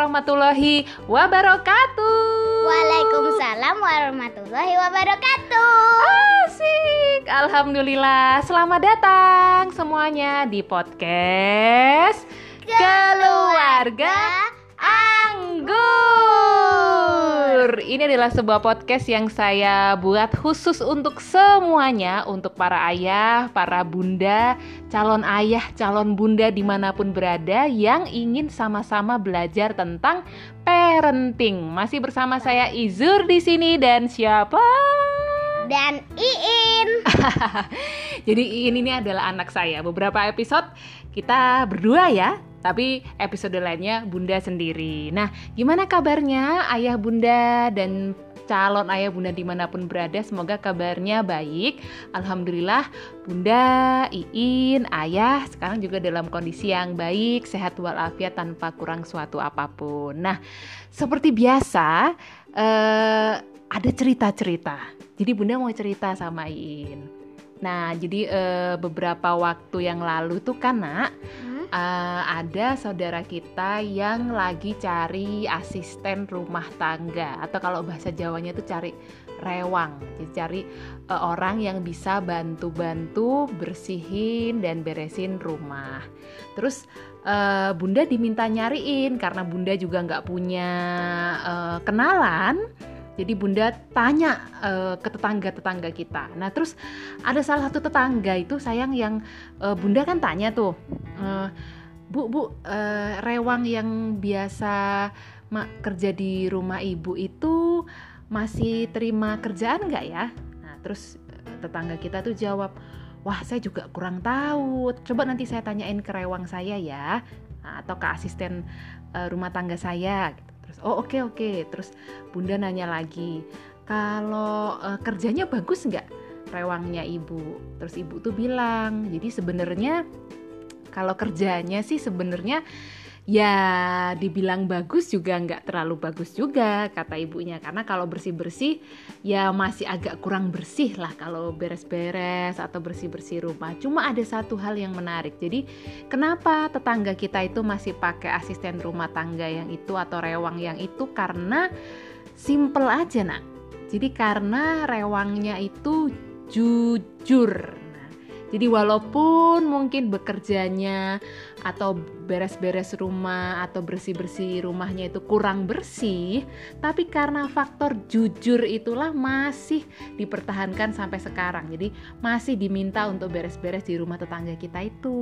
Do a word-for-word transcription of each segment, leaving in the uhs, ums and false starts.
warahmatullahi wabarakatuh. Waalaikumsalam warahmatullahi wabarakatuh. Asik, alhamdulillah. Selamat datang semuanya di podcast Keluarga Anggur. Ini adalah sebuah podcast yang saya buat khusus untuk semuanya, untuk para ayah, para bunda, calon ayah, calon bunda dimanapun berada yang ingin sama-sama belajar tentang parenting. Masih bersama saya Izur di sini dan siapa? Dan Iin. Jadi Iin ini adalah anak saya. Beberapa episode kita berdua ya, tapi episode lainnya bunda sendiri. Nah, gimana kabarnya ayah bunda dan calon ayah bunda dimanapun berada? Semoga kabarnya baik. Alhamdulillah bunda, Iin, ayah sekarang juga dalam kondisi yang baik, sehat walafiat tanpa kurang suatu apapun. Nah, seperti biasa eh, ada cerita-cerita. Jadi bunda mau cerita sama Iin. Nah, jadi eh, beberapa waktu yang lalu tuh kan nak, hmm? eh, ada saudara kita yang lagi cari asisten rumah tangga, atau kalau bahasa Jawanya tuh cari rewang. Jadi cari eh, orang yang bisa bantu-bantu bersihin dan beresin rumah. Terus eh, bunda diminta nyariin karena bunda juga nggak punya eh, kenalan. Jadi bunda tanya uh, ke tetangga-tetangga kita. Nah terus ada salah satu tetangga itu sayang yang uh, bunda kan tanya tuh, uh, bu bu uh, rewang yang biasa ma- kerja di rumah ibu itu masih terima kerjaan nggak ya? Nah terus uh, tetangga kita tuh jawab, wah saya juga kurang tahu. Coba nanti saya tanyain ke rewang saya ya, nah, atau ke asisten uh, rumah tangga saya. Terus, oh oke okay, oke. Okay. Terus bunda nanya lagi, kalau uh, kerjanya bagus nggak rewangnya ibu? Terus ibu tuh bilang, jadi sebenarnya kalau kerjanya sih sebenarnya ya dibilang bagus juga nggak terlalu bagus juga kata ibunya. Karena kalau bersih-bersih ya masih agak kurang bersih lah kalau beres-beres atau bersih-bersih rumah. Cuma ada satu hal yang menarik. Jadi kenapa tetangga kita itu masih pakai asisten rumah tangga yang itu atau rewang yang itu? Karena simple aja nak. Jadi karena rewangnya itu jujur. Jadi walaupun mungkin bekerjanya atau beres-beres rumah atau bersih-bersih rumahnya itu kurang bersih, tapi karena faktor jujur itulah masih dipertahankan sampai sekarang. Jadi masih diminta untuk beres-beres di rumah tetangga kita itu.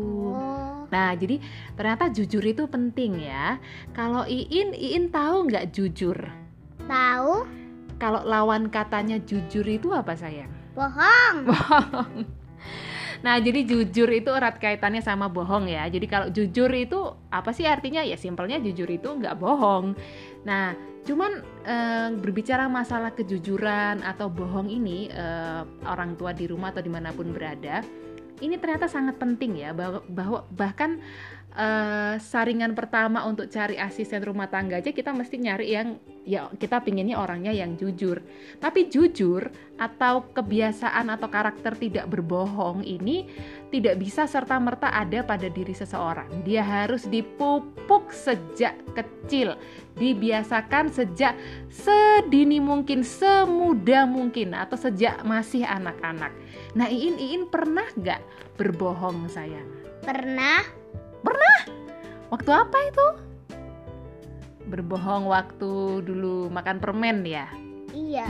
Oh. Nah, jadi ternyata jujur itu penting ya. Kalau Iin, Iin tahu nggak jujur? Tahu. Kalau lawan katanya jujur itu apa sayang? Bohong. Bohong. Nah, jadi jujur itu erat kaitannya sama bohong ya. Jadi kalau jujur itu apa sih artinya? Ya simpelnya jujur itu nggak bohong. Nah, cuman e, berbicara masalah kejujuran atau bohong ini e, orang tua di rumah atau dimanapun berada, ini ternyata sangat penting ya. Bahwa, bahwa bahkan e, saringan pertama untuk cari asisten rumah tangga aja kita mesti nyari yang ya kita pinginnya orangnya yang jujur. Tapi jujur atau kebiasaan atau karakter tidak berbohong ini tidak bisa serta-merta ada pada diri seseorang. Dia harus dipupuk sejak kecil, dibiasakan sejak sedini mungkin, semuda mungkin, atau sejak masih anak-anak. Nah, Iin, Iin pernah gak berbohong sayang? Pernah. Pernah? Waktu apa itu? Berbohong waktu dulu makan permen ya? Iya.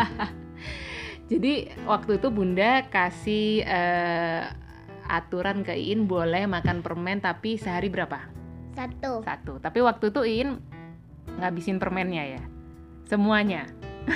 Jadi waktu itu bunda kasih uh, aturan ke Iin boleh makan permen tapi sehari berapa? Satu. Satu. Tapi waktu itu Iin ngabisin permennya ya? Semuanya.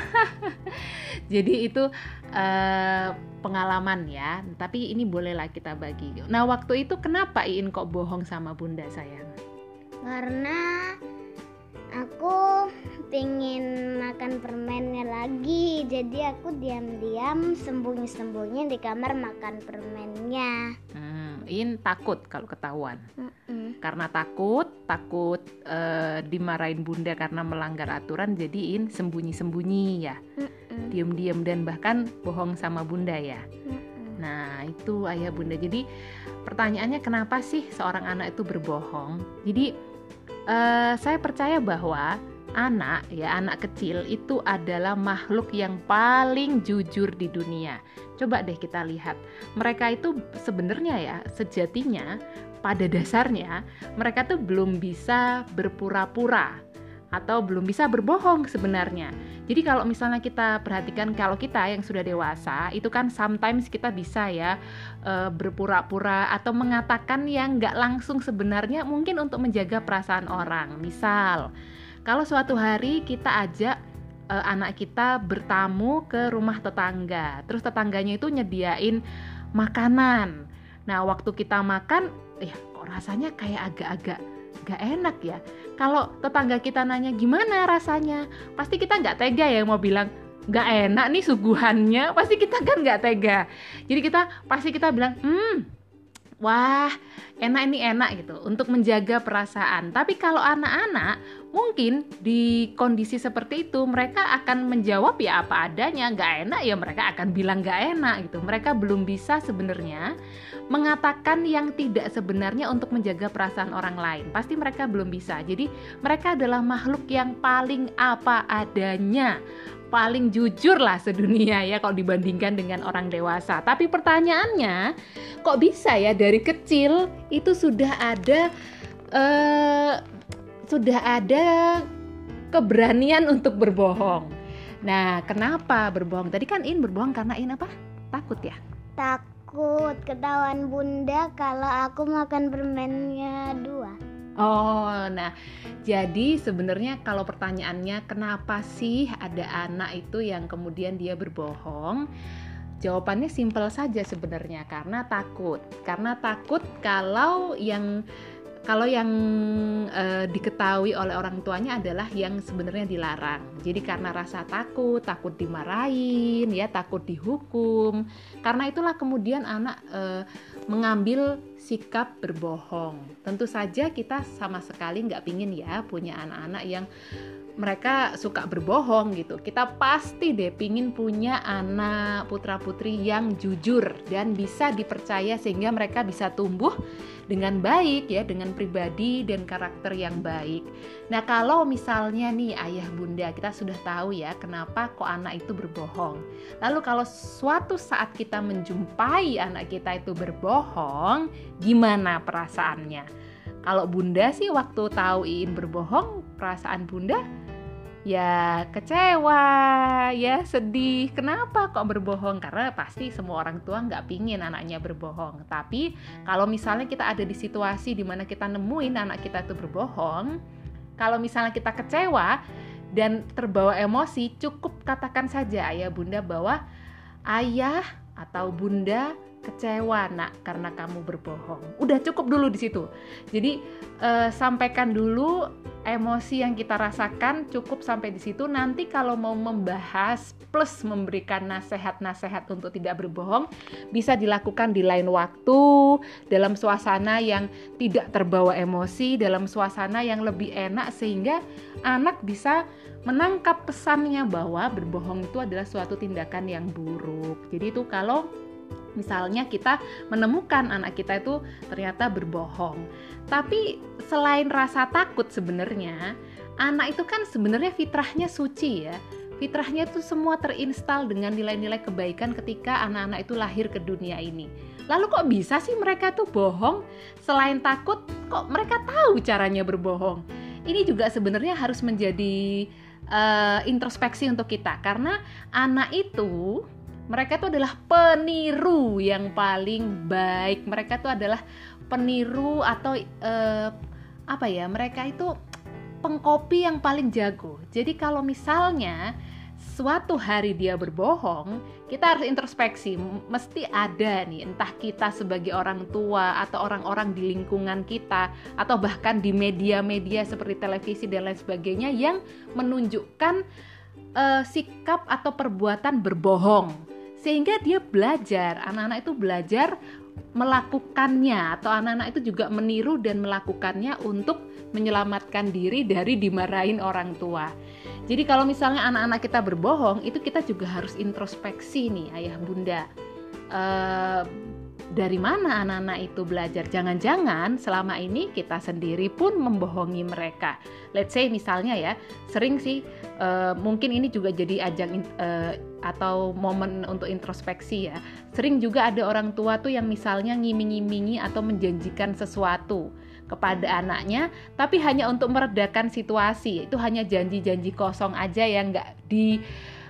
Jadi itu uh, pengalaman ya. Tapi ini bolehlah kita bagi. Nah waktu itu kenapa Iin kok bohong sama bunda sayang? Karena aku pengen makan permennya lagi, jadi aku diam-diam sembunyi-sembunyi di kamar makan permennya. Hmm, Iin takut kalau ketahuan. Mm-mm. Karena takut, takut uh, dimarahin bunda karena melanggar aturan, jadi Iin sembunyi-sembunyi ya, Mm-mm. diam-diam dan bahkan bohong sama bunda ya. Mm-mm. Nah itu ayah bunda. Jadi pertanyaannya kenapa sih seorang anak itu berbohong? Jadi uh, saya percaya bahwa anak ya anak kecil itu adalah makhluk yang paling jujur di dunia. Coba deh kita lihat, mereka itu sebenarnya ya sejatinya pada dasarnya mereka tuh belum bisa berpura-pura atau belum bisa berbohong sebenarnya. Jadi kalau misalnya kita perhatikan, kalau kita yang sudah dewasa itu kan sometimes kita bisa ya e, berpura-pura atau mengatakan yang nggak langsung sebenarnya mungkin untuk menjaga perasaan orang. Misal kalau suatu hari kita ajak e, anak kita bertamu ke rumah tetangga, terus tetangganya itu nyediain makanan. Nah waktu kita makan, ya kok rasanya kayak agak-agak gak enak ya. Kalau tetangga kita nanya gimana rasanya, pasti kita gak tega ya mau bilang gak enak nih suguhannya, pasti kita kan gak tega. Jadi kita pasti kita bilang hmm wah enak ini enak gitu untuk menjaga perasaan. Tapi kalau anak-anak mungkin di kondisi seperti itu mereka akan menjawab ya apa adanya. Gak enak ya mereka akan bilang gak enak gitu. Mereka belum bisa sebenarnya mengatakan yang tidak sebenarnya untuk menjaga perasaan orang lain. Pasti mereka belum bisa. Jadi mereka adalah makhluk yang paling apa adanya, paling jujur lah sedunia ya kalau dibandingkan dengan orang dewasa. Tapi pertanyaannya, kok bisa ya dari kecil itu sudah ada uh, sudah ada keberanian untuk berbohong. Nah, kenapa berbohong? Tadi kan In berbohong karena In apa? Takut ya? Takut ketahuan bunda kalau aku makan permennya dua. Oh, nah jadi sebenarnya kalau pertanyaannya kenapa sih ada anak itu yang kemudian dia berbohong? Jawabannya simpel saja sebenarnya, karena takut. Karena takut kalau yang kalau yang e, diketahui oleh orang tuanya adalah yang sebenarnya dilarang. Jadi karena rasa takut, takut dimarahin, ya takut dihukum. Karena itulah kemudian anak e, mengambil sikap berbohong. Tentu saja kita sama sekali nggak pingin ya punya anak-anak yang mereka suka berbohong gitu. Kita pasti deh pingin punya anak putra-putri yang jujur dan bisa dipercaya sehingga mereka bisa tumbuh dengan baik ya, dengan pribadi dan karakter yang baik. Nah kalau misalnya nih ayah bunda kita sudah tahu ya kenapa kok anak itu berbohong. Lalu kalau suatu saat kita menjumpai anak kita itu berbohong, gimana perasaannya? Kalau bunda sih waktu tahu Iin berbohong, perasaan bunda ya kecewa, ya sedih. Kenapa kok berbohong? Karena pasti semua orang tua nggak pingin anaknya berbohong. Tapi kalau misalnya kita ada di situasi di mana kita nemuin anak kita itu berbohong, kalau misalnya kita kecewa dan terbawa emosi, cukup katakan saja ayah bunda bahwa ayah atau bunda kecewa nak karena kamu berbohong. Udah cukup dulu di situ. Jadi eh, sampaikan dulu emosi yang kita rasakan, cukup sampai di situ. Nanti kalau mau membahas plus memberikan nasihat-nasihat untuk tidak berbohong, bisa dilakukan di lain waktu, dalam suasana yang tidak terbawa emosi, dalam suasana yang lebih enak sehingga anak bisa menangkap pesannya bahwa berbohong itu adalah suatu tindakan yang buruk. Jadi itu kalau misalnya kita menemukan anak kita itu ternyata berbohong. Tapi selain rasa takut sebenarnya, anak itu kan sebenarnya fitrahnya suci ya. Fitrahnya itu semua terinstal dengan nilai-nilai kebaikan ketika anak-anak itu lahir ke dunia ini. Lalu kok bisa sih mereka tuh bohong? Selain takut, kok mereka tahu caranya berbohong? Ini juga sebenarnya harus menjadi uh, introspeksi untuk kita. Karena anak itu mereka itu adalah peniru yang paling baik. Mereka itu adalah peniru atau eh, apa ya? Mereka itu pengkopi yang paling jago. Jadi kalau misalnya suatu hari dia berbohong, kita harus introspeksi. Mesti ada nih, entah kita sebagai orang tua atau orang-orang di lingkungan kita atau bahkan di media-media seperti televisi dan lain sebagainya yang menunjukkan eh, sikap atau perbuatan berbohong. Sehingga dia belajar, anak-anak itu belajar melakukannya, atau anak-anak itu juga meniru dan melakukannya untuk menyelamatkan diri dari dimarahin orang tua. Jadi kalau misalnya anak-anak kita berbohong, itu kita juga harus introspeksi nih ayah bunda. Uh, dari mana anak-anak itu belajar? Jangan-jangan selama ini kita sendiri pun membohongi mereka. Let's say misalnya ya, sering sih uh, mungkin ini juga jadi ajang uh, atau momen untuk introspeksi ya. Sering juga ada orang tua tuh yang misalnya ngiming-ngimingi atau menjanjikan sesuatu kepada anaknya, tapi hanya untuk meredakan situasi. Itu hanya janji-janji kosong aja yang nggak di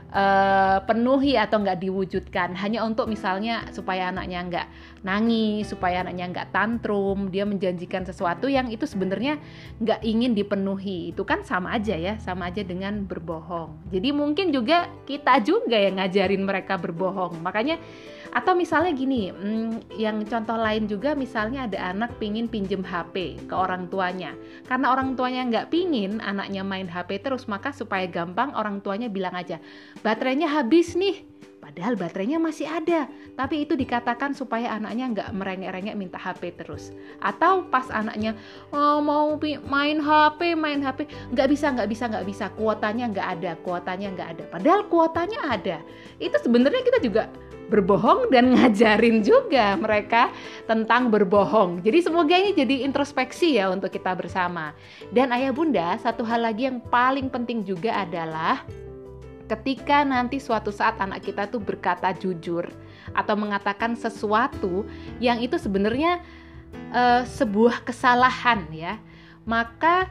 Uh, penuhi atau nggak diwujudkan, hanya untuk misalnya supaya anaknya nggak nangis, supaya anaknya nggak tantrum. Dia menjanjikan sesuatu yang itu sebenarnya nggak ingin dipenuhi. Itu kan sama aja ya, sama aja dengan berbohong. Jadi mungkin juga kita juga yang ngajarin mereka berbohong. Makanya, atau misalnya gini, hmm, yang contoh lain juga, misalnya ada anak pingin pinjem H P ke orang tuanya. Karena orang tuanya nggak pingin anaknya main H P terus, maka supaya gampang orang tuanya bilang aja, baterainya habis nih. Padahal baterainya masih ada, tapi itu dikatakan supaya anaknya nggak merengek-rengek minta H P terus. Atau pas anaknya oh, mau main H P, main H P, nggak bisa, nggak bisa, nggak bisa, kuotanya nggak ada, kuotanya nggak ada. Padahal kuotanya ada. Itu sebenarnya kita juga berbohong dan ngajarin juga mereka tentang berbohong. Jadi semoga ini jadi introspeksi ya untuk kita bersama. Dan ayah bunda, satu hal lagi yang paling penting juga adalah ketika nanti suatu saat anak kita tuh berkata jujur atau mengatakan sesuatu yang itu sebenarnya uh, sebuah kesalahan ya, maka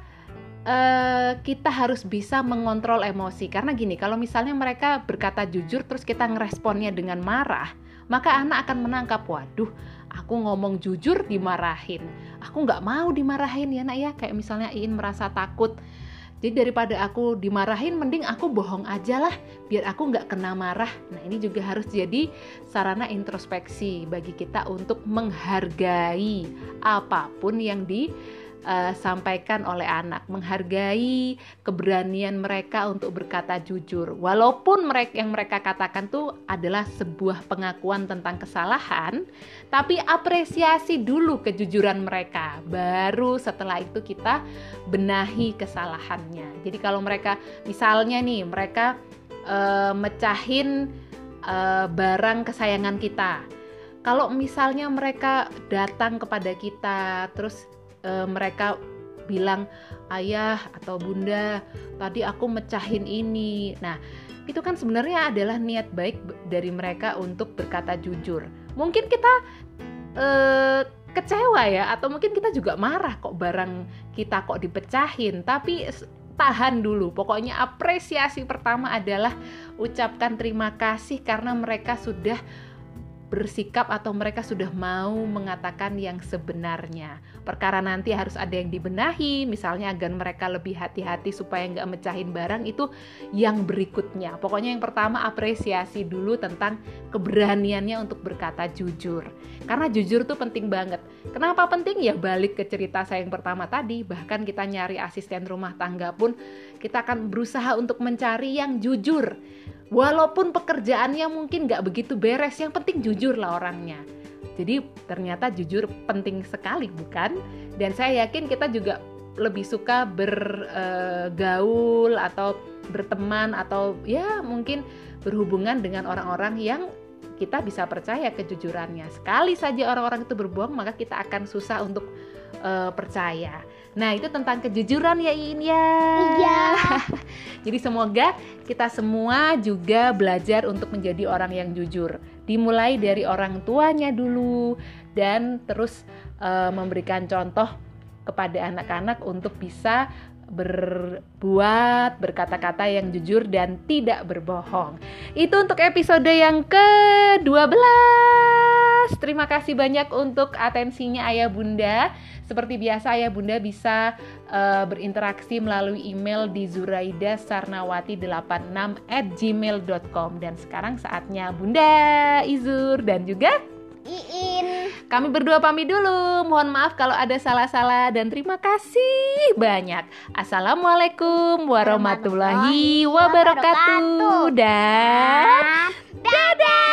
uh, kita harus bisa mengontrol emosi. Karena gini, kalau misalnya mereka berkata jujur terus kita ngeresponnya dengan marah, maka anak akan menangkap, waduh, aku ngomong jujur dimarahin, aku nggak mau dimarahin ya nak ya. Kayak misalnya Iin merasa takut, jadi daripada aku dimarahin, mending aku bohong aja lah, biar aku nggak kena marah. Nah ini juga harus jadi sarana introspeksi bagi kita untuk menghargai apapun yang disampaikan oleh anak, menghargai keberanian mereka untuk berkata jujur. Walaupun mereka yang mereka katakan tuh adalah sebuah pengakuan tentang kesalahan, tapi apresiasi dulu kejujuran mereka. Baru setelah itu kita benahi kesalahannya. Jadi kalau mereka misalnya nih mereka e, mecahin e, barang kesayangan kita, kalau misalnya mereka datang kepada kita terus e, mereka bilang, ayah atau bunda, tadi aku mecahin ini. Nah itu kan sebenarnya adalah niat baik dari mereka untuk berkata jujur. Mungkin kita e, kecewa ya, atau mungkin kita juga marah kok barang kita kok dipecahin, tapi tahan dulu. Pokoknya apresiasi pertama adalah ucapkan terima kasih karena mereka sudah bersikap atau mereka sudah mau mengatakan yang sebenarnya. Perkara nanti harus ada yang dibenahi, misalnya agar mereka lebih hati-hati supaya nggak mecahin barang, itu yang berikutnya. Pokoknya yang pertama apresiasi dulu tentang keberaniannya untuk berkata jujur. Karena jujur tuh penting banget. Kenapa penting? Ya balik ke cerita saya yang pertama tadi, bahkan kita nyari asisten rumah tangga pun kita akan berusaha untuk mencari yang jujur. Walaupun pekerjaannya mungkin gak begitu beres, yang penting jujur lah orangnya. Jadi ternyata jujur penting sekali, bukan? Dan saya yakin kita juga lebih suka bergaul atau berteman atau ya mungkin berhubungan dengan orang-orang yang kita bisa percaya kejujurannya. Sekali saja orang-orang itu berbohong, maka kita akan susah untuk uh, percaya. Nah itu tentang kejujuran ya Iin ya. Iya. Jadi semoga kita semua juga belajar untuk menjadi orang yang jujur. Dimulai dari orang tuanya dulu dan terus uh, memberikan contoh kepada anak-anak untuk bisa berbuat, berkata-kata yang jujur dan tidak berbohong. Itu untuk episode yang kedua belas. Terima kasih banyak untuk atensinya Ayah Bunda. Seperti biasa Ayah Bunda bisa uh, berinteraksi melalui email di zuraida sarnawati delapan enam at gmail dot com. Dan sekarang saatnya Bunda Izur dan juga Iin, kami berdua pamit dulu. Mohon maaf kalau ada salah-salah dan terima kasih banyak. Assalamualaikum warahmatullahi wabarakatuh. Dan dadah.